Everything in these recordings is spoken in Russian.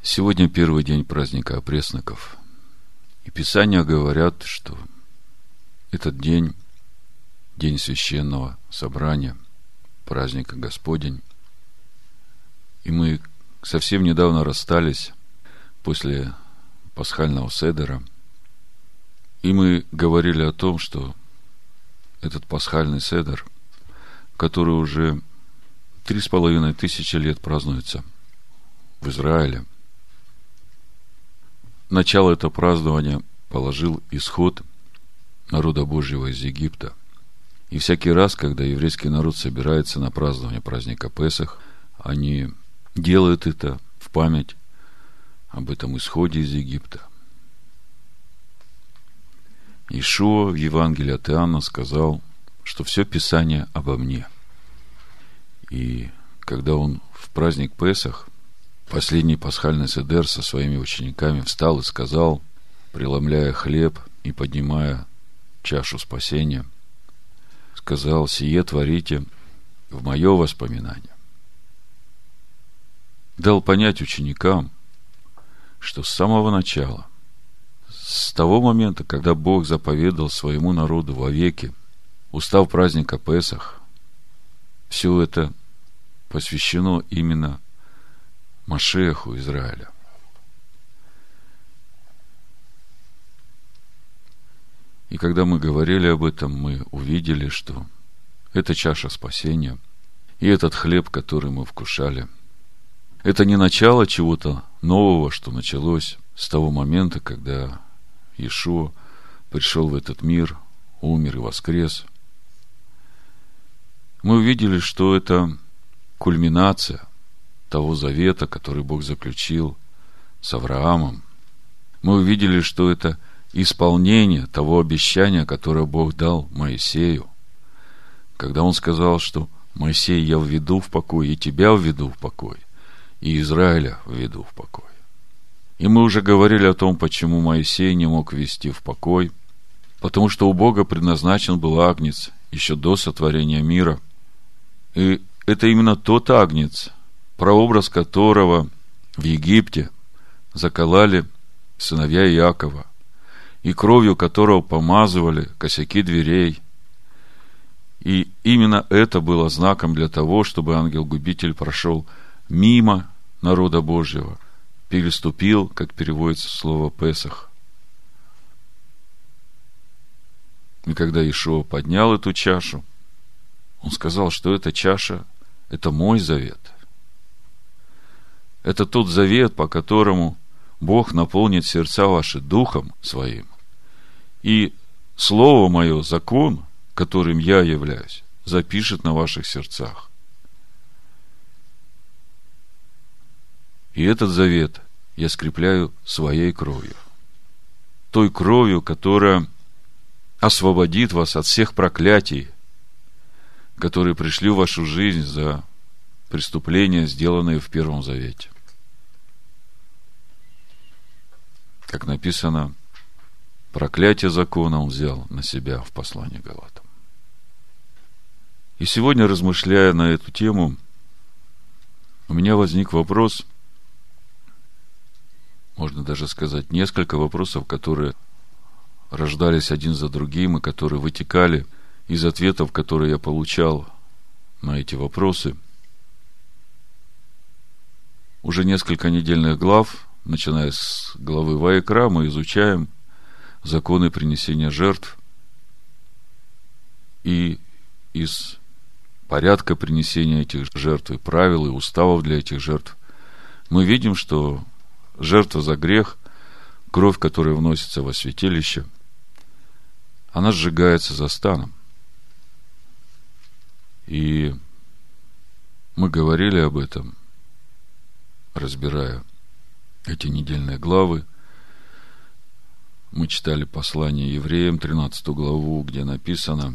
Сегодня первый день праздника опресноков. И Писания говорят, что этот день, день священного собрания, праздника Господень. И мы совсем недавно расстались после пасхального седера. И мы говорили о том, что этот пасхальный седер, который уже 3500 лет празднуется в Израиле, начало этого празднования положил исход народа Божьего из Египта. И всякий раз, когда еврейский народ собирается на празднование праздника Песах, они делают это в память об этом исходе из Египта. Иешуа в Евангелии от Иоанна сказал, что все Писание обо мне. И когда он в праздник Песах, последний пасхальный седер со своими учениками встал и сказал, преломляя хлеб и поднимая чашу спасения, сказал: «Сие творите в мое воспоминание». Дал понять ученикам, что с самого начала, с того момента, когда Бог заповедал своему народу вовеки, устав праздника Песах, все это посвящено именно Машиаху Израиля. И когда мы говорили об этом, мы увидели, что это чаша спасения, и этот хлеб, который мы вкушали, это не начало чего-то нового, что началось с того момента, когда Иешуа пришел в этот мир, умер и воскрес. Мы увидели, что это кульминация того завета, который Бог заключил с Авраамом. Мы увидели, что это исполнение того обещания, которое Бог дал Моисею, когда Он сказал, что Моисей, я введу в покой, и тебя введу в покой, и Израиля введу в покой. И мы уже говорили о том, почему Моисей не мог ввести в покой, потому что у Бога предназначен был агнец еще до сотворения мира. И это именно тот агнец, прообраз которого в Египте закололи сыновья Иакова, и кровью которого помазывали косяки дверей. И именно это было знаком для того, чтобы ангел-губитель прошел мимо народа Божьего, переступил, как переводится слово Песах. И когда Иешуа поднял эту чашу, он сказал, что эта чаша – это мой завет. Это тот завет, по которому Бог наполнит сердца ваши Духом Своим. И Слово Мое, закон, которым я являюсь, запишет на ваших сердцах. И этот завет я скрепляю своей кровью. Той кровью, которая освободит вас от всех проклятий, которые пришли в вашу жизнь за преступления, сделанные в Первом Завете. Как написано, проклятие закона он взял на себя в послании Галатам. И сегодня, размышляя на эту тему, у меня возник вопрос, можно даже сказать, несколько вопросов, которые рождались один за другим и которые вытекали из ответов, которые я получал на эти вопросы. Уже несколько недельных глав, начиная с главы Ваикра, мы изучаем законы принесения жертв. И из порядка принесения этих жертв, и правил, и уставов для этих жертв, мы видим, что жертва за грех, кровь, которая вносится во святилище, она сжигается за станом. И мы говорили об этом, разбирая эти недельные главы. Мы читали послание евреям, 13 главу, где написано,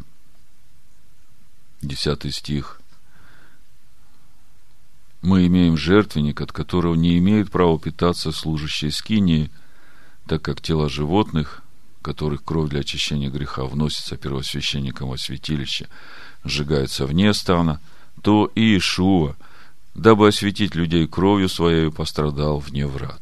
10 стих: «Мы имеем жертвенник, от которого не имеют права питаться служащие скинии, так как тела животных, которых кровь для очищения греха вносится первосвященником во святилище, сжигаются вне стана, то и Иешуа дабы осветить людей кровью своей, пострадал вне врат.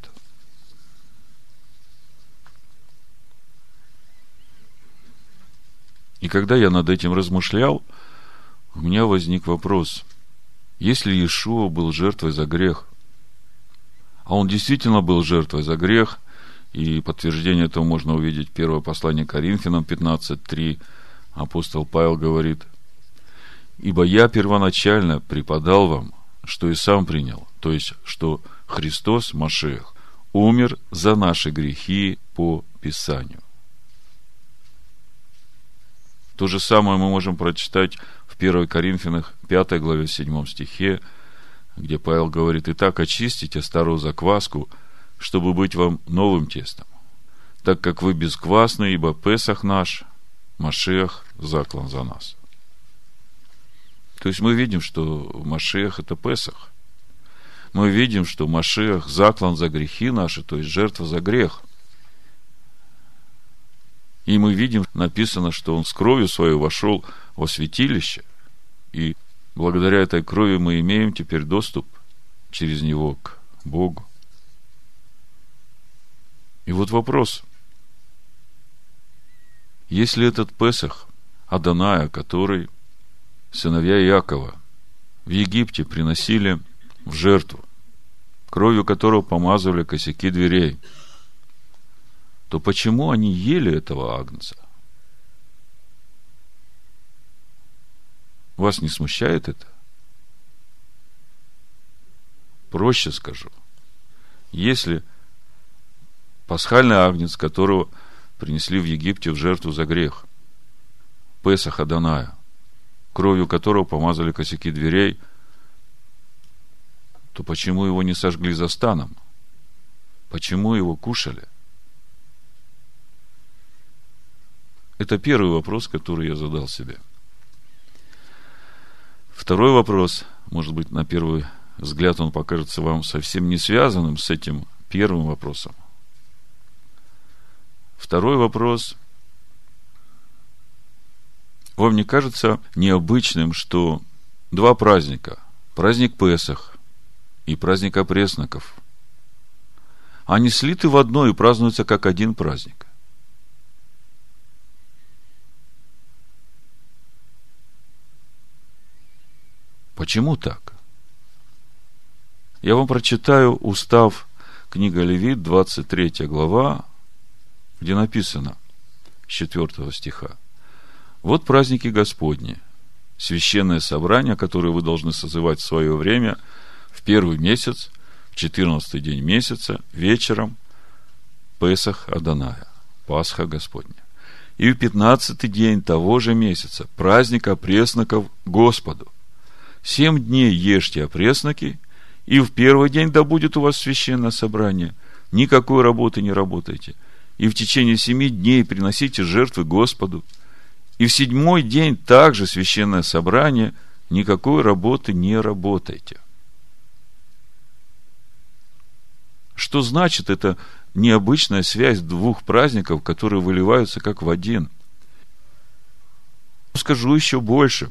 И когда я над этим размышлял, у меня возник вопрос: если Иешуа был жертвой за грех, а он действительно был жертвой за грех, и подтверждение этого можно увидеть в первое послание Коринфянам 15:3, апостол Павел говорит: «Ибо я первоначально преподал вам, что и сам принял, то есть, что Христос, Машиах, умер за наши грехи по Писанию». То же самое мы можем прочитать в 1 Коринфянах 5 главе 7 стихе, где Павел говорит: «Итак, очистите старую закваску, чтобы быть вам новым тестом, так как вы бесквасны, ибо Песах наш, Машиах, заклан за нас». То есть мы видим, что Машиах – это Песах. Мы видим, что Машиах заклан за грехи наши, то есть жертва за грех. И мы видим, написано, что он с кровью своей вошел во святилище, и благодаря этой крови мы имеем теперь доступ через него к Богу. И вот вопрос: если этот Песах Адоная, который сыновья Иакова в Египте приносили в жертву, кровью которого помазывали косяки дверей, то почему они ели этого агнца? Вас не смущает это? Проще скажу. Если пасхальный агнец, которого принесли в Египте в жертву за грех, Песах Адоная, кровью которого помазали косяки дверей, то почему его не сожгли за станом? Почему его кушали? Это первый вопрос, который я задал себе. Второй вопрос, может быть, на первый взгляд он покажется вам совсем не связанным с этим первым вопросом. Второй вопрос: вам не кажется необычным, что два праздника, праздник Песах и праздник опресноков, они слиты в одно и празднуются как один праздник? Почему так? Я вам прочитаю устав, книга Левит, 23 глава, где написано с 4 стиха: «Вот праздники Господни, священное собрание, которое вы должны созывать в свое время в первый месяц, в 14-й день месяца, вечером, Песах Адоная, Пасха Господня. И в 15-й день того же месяца, праздник опресноков Господу. 7 дней ешьте опресноки, и в первый день да будет у вас священное собрание, никакой работы не работайте, и в течение 7 дней приносите жертвы Господу, и в 7-й день также священное собрание, никакой работы не работайте». Что значит эта необычная связь двух праздников, которые выливаются как в один? Скажу еще больше.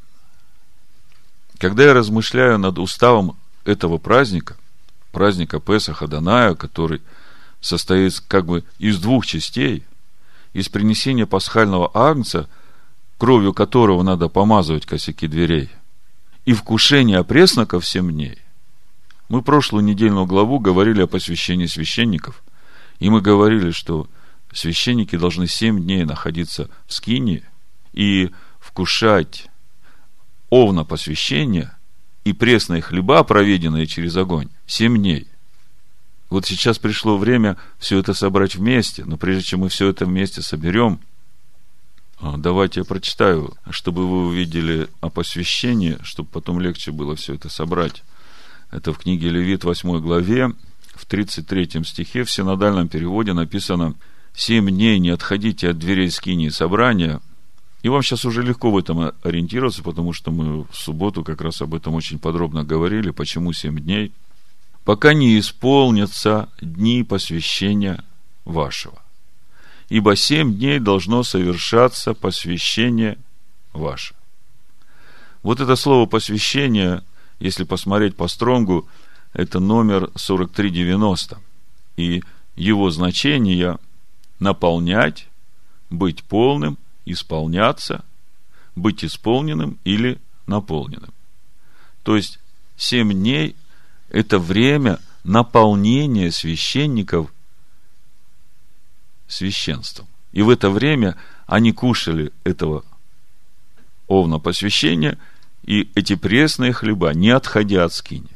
Когда я размышляю над уставом этого праздника, праздника Песах Адоная, который состоит как бы из двух частей, из принесения пасхального агнца, кровью которого надо помазывать косяки дверей, и вкушения опресноков 7 дней. Мы прошлую недельную главу говорили о посвящении священников, и мы говорили, что священники должны 7 дней находиться в скинии и вкушать овна посвящения и пресные хлеба, проведенные через огонь, 7 дней. Вот сейчас пришло время все это собрать вместе, но прежде чем мы все это вместе соберем, давайте я прочитаю, чтобы вы увидели о посвящении, чтобы потом легче было все это собрать. Это в книге Левит, 8 главе, в 33 стихе, в синодальном переводе написано: 7 дней не отходите от дверей скинии собрания. И вам сейчас уже легко в этом ориентироваться, потому что мы в субботу как раз об этом очень подробно говорили, почему 7 дней. Пока не исполнятся дни посвящения вашего. Ибо 7 дней должно совершаться посвящение ваше. Вот это слово посвящение если посмотреть по Стронгу, это номер 4390. И его значение наполнять, быть полным, исполняться, быть исполненным или наполненным. То есть 7 дней – это время наполнения священников священством. И в это время они кушали этого овна посвящения и эти пресные хлеба, не отходя от скинии.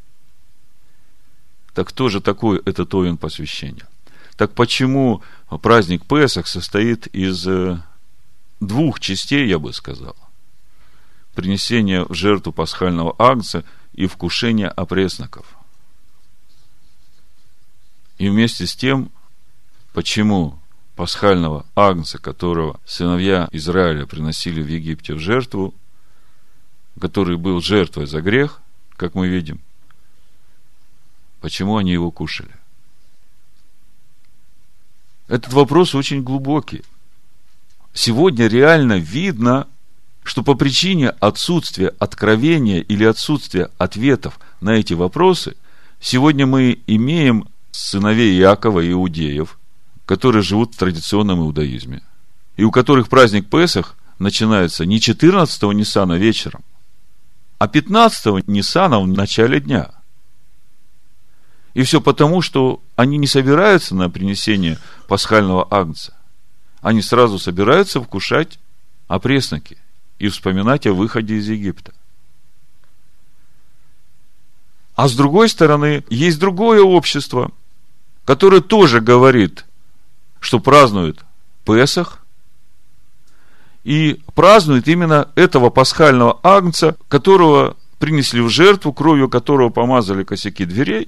Так кто же такой этот овен посвящения? Так почему праздник Песах состоит из 2 частей, я бы сказал? Принесение в жертву пасхального агнца и вкушение опресноков. И вместе с тем, почему пасхального агнца, которого сыновья Израиля приносили в Египте в жертву, который был жертвой за грех, как мы видим, почему они его кушали? Этот вопрос очень глубокий. Сегодня реально видно, что по причине отсутствия откровения или отсутствия ответов на эти вопросы, сегодня мы имеем сыновей Иакова, иудеев, которые живут в традиционном иудаизме, и у которых праздник Песах начинается не 14-го Ниссана вечером, а 15-го Ниссана в начале дня. И все потому, что они не собираются на принесение пасхального агнца. Они сразу собираются вкушать опресноки и вспоминать о выходе из Египта. А с другой стороны, есть другое общество, которое тоже говорит, что празднует Песах, и празднует именно этого пасхального агнца, которого принесли в жертву, кровью которого помазали косяки дверей.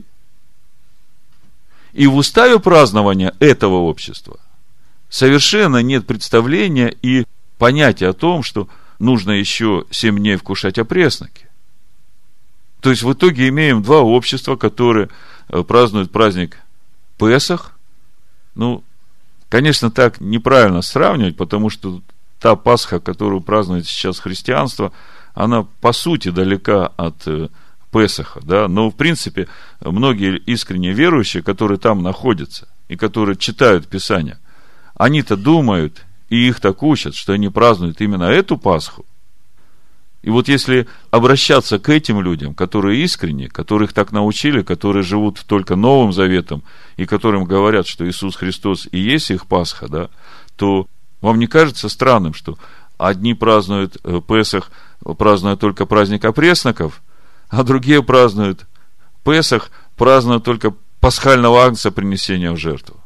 И в уставе празднования этого общества совершенно нет представления и понятия о том, что нужно еще 7 дней вкушать опресноки. То есть в итоге имеем 2 общества, которые празднуют праздник Песах. Ну, конечно, так неправильно сравнивать, потому что та Пасха, которую празднует сейчас христианство, она по сути далека от Песаха, да? Но в принципе многие искренне верующие, которые там находятся и которые читают Писание, они-то думают и их так учат, что они празднуют именно эту Пасху. И вот если обращаться к этим людям, которые искренне, которых так научили, которые живут только Новым Заветом и которым говорят, что Иисус Христос и есть их Пасха, да, то вам не кажется странным, что одни празднуют Песах, празднуют только праздник опресноков, а другие празднуют Песах, празднуют только пасхального агнца принесения в жертву?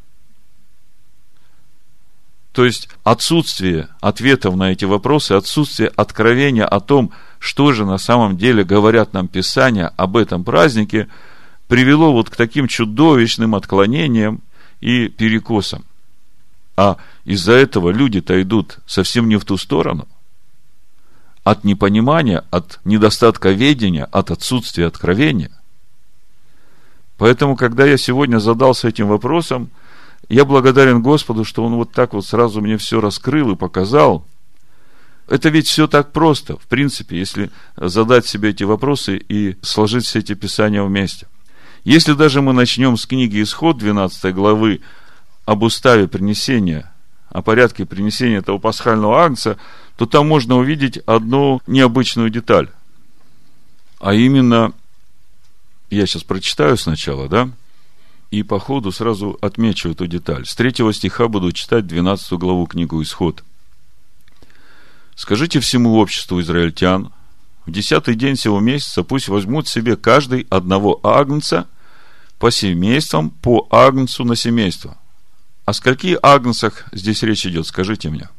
То есть отсутствие ответов на эти вопросы, отсутствие откровения о том, что же на самом деле говорят нам Писания об этом празднике, привело вот к таким чудовищным отклонениям и перекосам. А из-за этого люди-то идут совсем не в ту сторону. От непонимания, от недостатка ведения, от отсутствия откровения. Поэтому, когда я сегодня задался этим вопросом, я благодарен Господу, что Он вот так вот сразу мне все раскрыл и показал. Это ведь все так просто, в принципе, если задать себе эти вопросы и сложить все эти писания вместе. Если даже мы начнем с книги Исход 12 главы об уставе принесения, о порядке принесения этого пасхального агнца, то там можно увидеть одну необычную деталь. А именно, я сейчас прочитаю сначала, да? И по ходу сразу отмечу эту деталь. С 3 стиха буду читать 12 главу книгу Исход. «Скажите всему обществу израильтян, в 10-й день сего месяца пусть возьмут себе каждый одного агнца по семействам, по агнцу на семейство». О скольки агнцах здесь речь идет, скажите мне?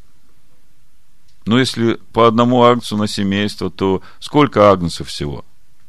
Но если по одному агнцу на семейство, то сколько агнцев всего?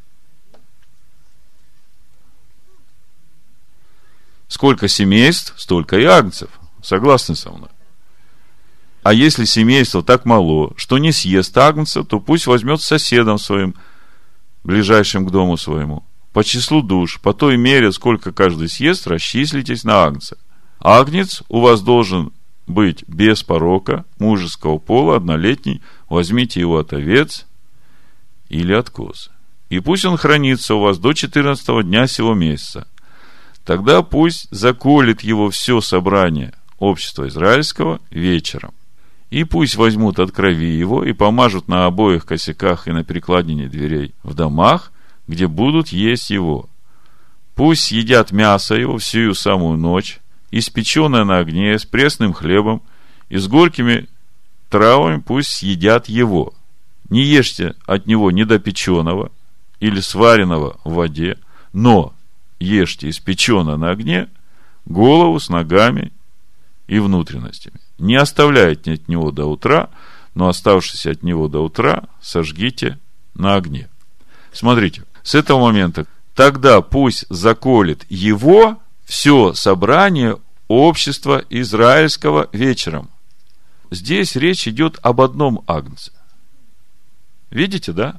Сколько семейств, столько и агнцев. Согласны со мной? А если семейство так мало, что не съест агнца, то пусть возьмет соседом своим, ближайшим к дому своему, по числу душ, по той мере, сколько каждый съест, расчислитесь на агнца. Агнец у вас должен быть без порока, мужеского пола, однолетний, возьмите его от овец или от коз. и пусть он хранится у вас до 14-го дня сего месяца. Тогда пусть заколет его все собрание общества израильского вечером. И пусть возьмут от крови его и помажут на обоих косяках и на перекладине дверей в домах, где будут есть его. Пусть едят мясо его всю самую ночь, испеченное на огне, с пресным хлебом и с горькими травами пусть съедят его. Не ешьте от него недопеченного или сваренного в воде, но ешьте испеченное на огне голову с ногами и внутренностями. Не оставляйте от него до утра, но оставшись от него до утра сожгите на огне. Смотрите, с этого момента тогда пусть заколет его все собрание общества израильского вечером. Здесь речь идет об одном агнце. Видите, да?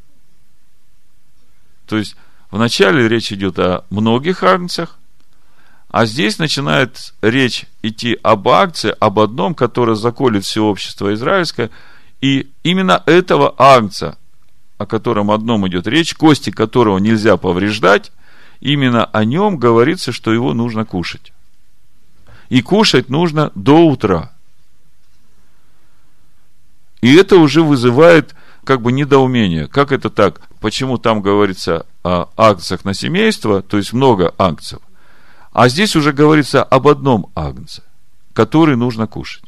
То есть вначале речь идет о многих агнцах, а здесь начинает речь идти об агнце, об одном, который заколет все общество израильское, и именно этого агнца, о котором одном идет речь, кости которого нельзя повреждать, именно о нем говорится, что его нужно кушать. И кушать нужно до утра. И это уже вызывает недоумение. Как это так? Почему там говорится о агнцах на семейство, то есть много агнцев, а здесь уже говорится об одном агнце, который нужно кушать.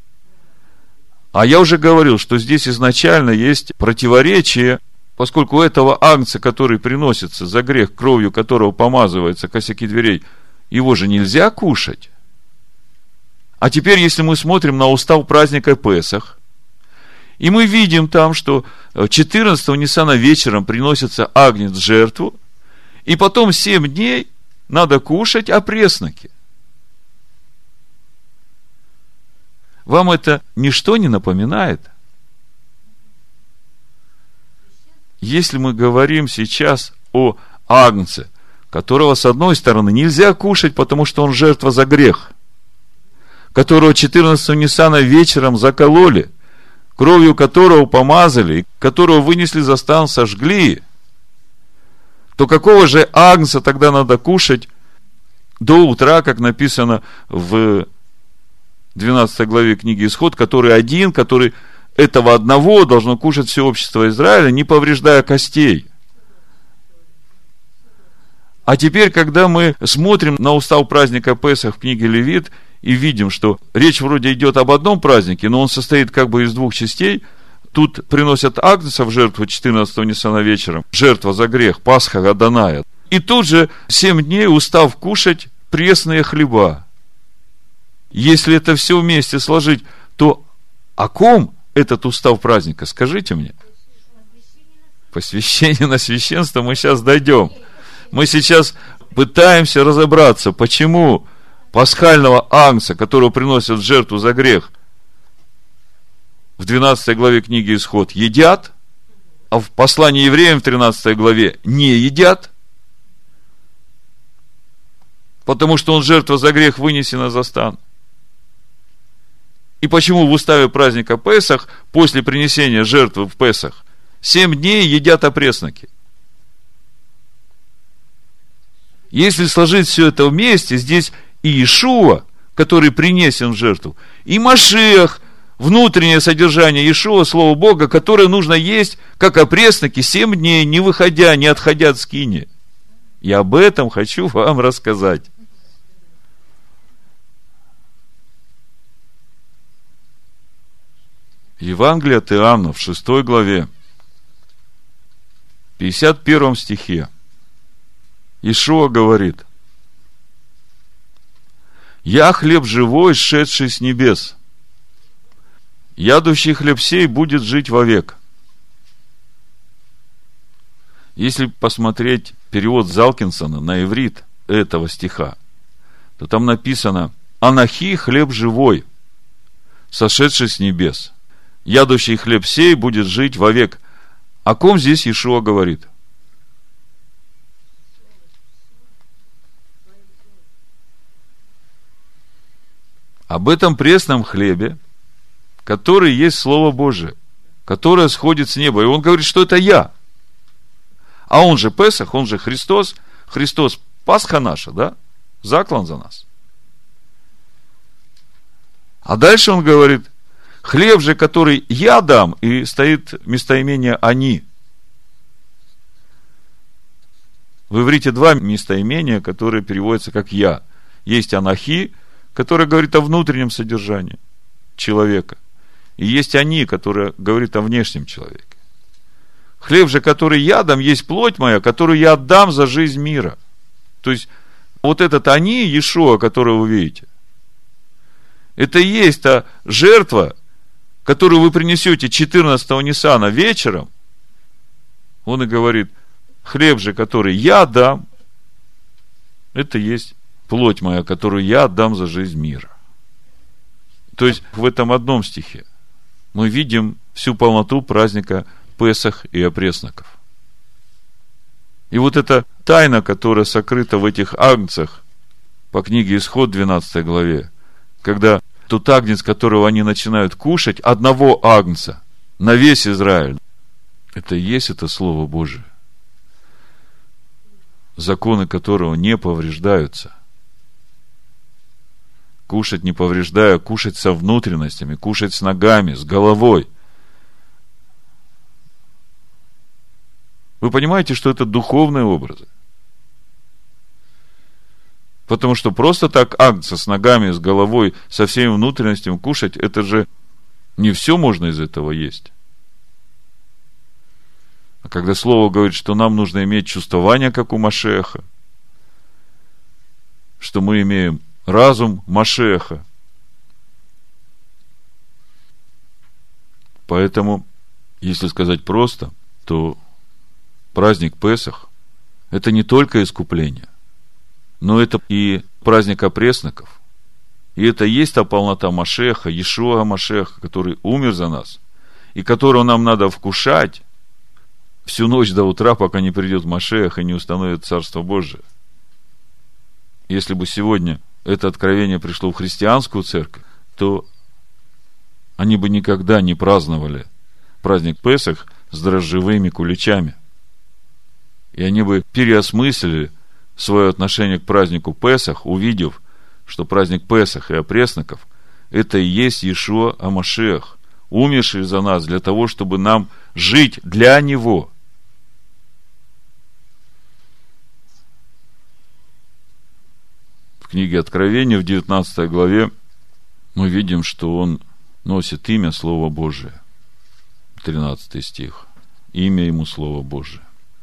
А я уже говорил, что здесь изначально есть противоречие, поскольку у этого агнца, который приносится за грех, кровью которого помазываются косяки дверей, его же нельзя кушать. А теперь, если мы смотрим на устав праздника Песах, и мы видим там, что 14-го Ниссана вечером приносится агнец в жертву, и потом 7 дней надо кушать опресноки. Вам это ничто не напоминает? Если мы говорим сейчас о агнце, которого, с одной стороны, нельзя кушать, потому что он жертва за грех, которого 14-го Ниссана вечером закололи, кровью которого помазали, которого вынесли за стан, сожгли, то какого же агнца тогда надо кушать до утра, как написано в 12 главе книги Исход, который этого одного должно кушать все общество Израиля, не повреждая костей. А теперь, когда мы смотрим на устав праздника Песах в книге Левит и видим, что речь вроде идет об одном празднике, но он состоит из 2 частей, тут приносят агнца в жертву 14-го Ниссана вечером, жертва за грех, Пасха Гаданая. И тут же 7 дней устав кушать пресные хлеба. Если это все вместе сложить, то о ком этот устав праздника? Скажите мне. Посвящение на священство мы сейчас дойдем. Мы сейчас пытаемся разобраться, почему пасхального агнца, которого приносят в жертву за грех, в 12 главе книги Исход едят, а в послании евреям в 13 главе не едят, потому что он жертва за грех вынесена за стан. И почему в уставе праздника Песах, после принесения жертвы в Песах, 7 дней едят опресноки? Если сложить все это вместе, здесь и Иешуа, который принесен в жертву, и Машиах, внутреннее содержание Иешуа, Слово Бога, которое нужно есть, как опресноки, 7 дней, не выходя, не отходя от скинии. Я об этом хочу вам рассказать. Евангелие от Иоанна в 6 главе, 51 стихе, Иешуа говорит: «Я хлеб живой, сшедший с небес. Ядущий хлеб сей будет жить вовек». Если посмотреть перевод Залкинсона на иврит этого стиха, то там написано: «Анахи хлеб живой, сошедший с небес. Ядущий хлеб сей будет жить вовек». О ком здесь Иешуа говорит? Об этом пресном хлебе, который есть Слово Божие, которое сходит с неба. И он говорит, что это я. А он же Песах, он же Христос. Христос Пасха наша, да? Заклан за нас. А дальше он говорит, хлеб же, который я дам, и стоит местоимение «они». В иврите два местоимения, которые переводятся как «я». Есть анахи, который говорит о внутреннем содержании человека. И есть они, которые говорят о внешнем человеке. Хлеб же, который я дам, есть плоть моя, которую я отдам за жизнь мира. То есть, вот этот они, Иешуа, которого вы видите, это и есть та жертва, которую вы принесете 14-го Ниссана вечером. Он и говорит, хлеб же, который я дам, это есть плоть моя, которую я отдам за жизнь мира. То есть, в этом одном стихе мы видим всю полноту праздника Песах и опресноков. И вот эта тайна, которая сокрыта в этих агнцах, по книге Исход 12 главе, когда тот агнец, которого они начинают кушать, одного агнца на весь Израиль, это и есть это Слово Божие, законы которого не повреждаются. Кушать не повреждая, кушать со внутренностями, кушать с ногами, с головой. Вы понимаете, что это духовные образы? Потому что просто так агнца с ногами, с головой, со всеми внутренностями кушать, это же не все можно из этого есть. А когда Слово говорит, что нам нужно иметь чувствование, как у Машеха, что мы имеем разум Машеха. Поэтому, если сказать просто, то праздник Песах – это не только искупление, но это и праздник опресноков. И это и есть та полнота Машеха, Иешуа Машеха, который умер за нас, и которого нам надо вкушать всю ночь до утра, пока не придет Машех и не установит Царство Божие. Если бы сегодня это откровение пришло в христианскую церковь, то они бы никогда не праздновали праздник Песах с дрожжевыми куличами. И они бы переосмыслили свое отношение к празднику Песах, увидев, что праздник Песах и опресноков – это и есть Иешуа ха-Машиах, умерший за нас для того, чтобы нам жить для Него. В книге Откровения, в 19 главе, мы видим, что он носит имя Слово Божие. 13 стих. Имя ему Слово Божие.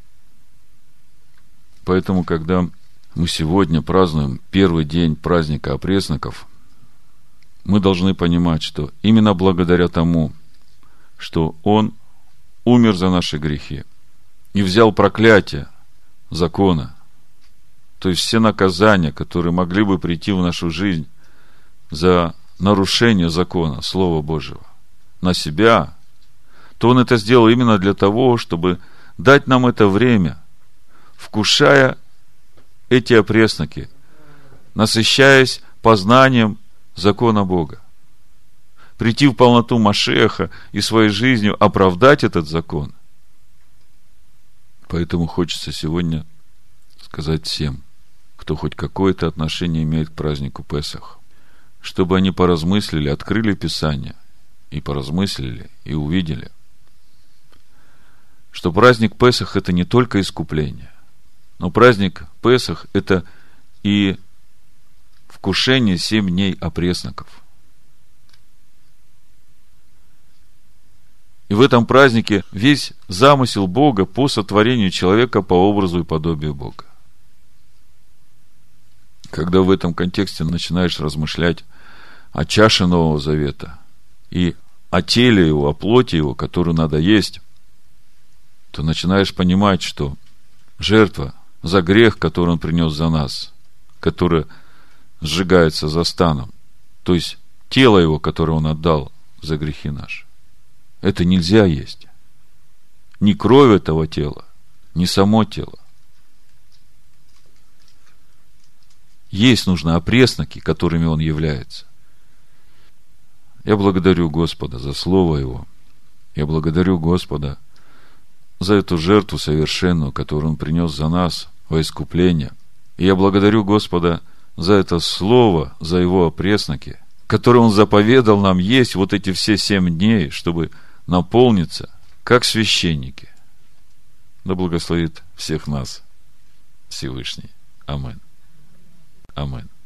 Поэтому, когда мы сегодня празднуем первый день праздника опресноков, мы должны понимать, что именно благодаря тому, что он умер за наши грехи и взял проклятие закона, то есть все наказания, которые могли бы прийти в нашу жизнь за нарушение закона, Слова Божьего, на себя, то он это сделал именно для того, чтобы дать нам это время, вкушая эти опресноки, насыщаясь познанием закона Бога, прийти в полноту Машеха и своей жизнью оправдать этот закон. Поэтому хочется сегодня сказать всем, кто хоть какое-то отношение имеет к празднику Песах, чтобы они поразмыслили, открыли Писание и поразмыслили, и увидели, что праздник Песах – это не только искупление, но праздник Песах – это и вкушение 7 дней опресноков. И в этом празднике весь замысел Бога по сотворению человека по образу и подобию Бога. Когда в этом контексте начинаешь размышлять о чаше Нового Завета и о теле его, о плоти его, которую надо есть, то начинаешь понимать, что жертва за грех, который он принес за нас, которая сжигается за станом, то есть тело его, которое он отдал за грехи наши, это нельзя есть. Ни кровь этого тела, ни само тело. Есть нужно опресноки, которыми он является. Я благодарю Господа за Слово Его. Я благодарю Господа за эту жертву совершенную, которую Он принес за нас во искупление. И я благодарю Господа за это слово, за Его опресноки, которое Он заповедал нам есть вот эти все 7 дней, чтобы наполниться, как священники. Да благословит всех нас Всевышний. Амин. Амин.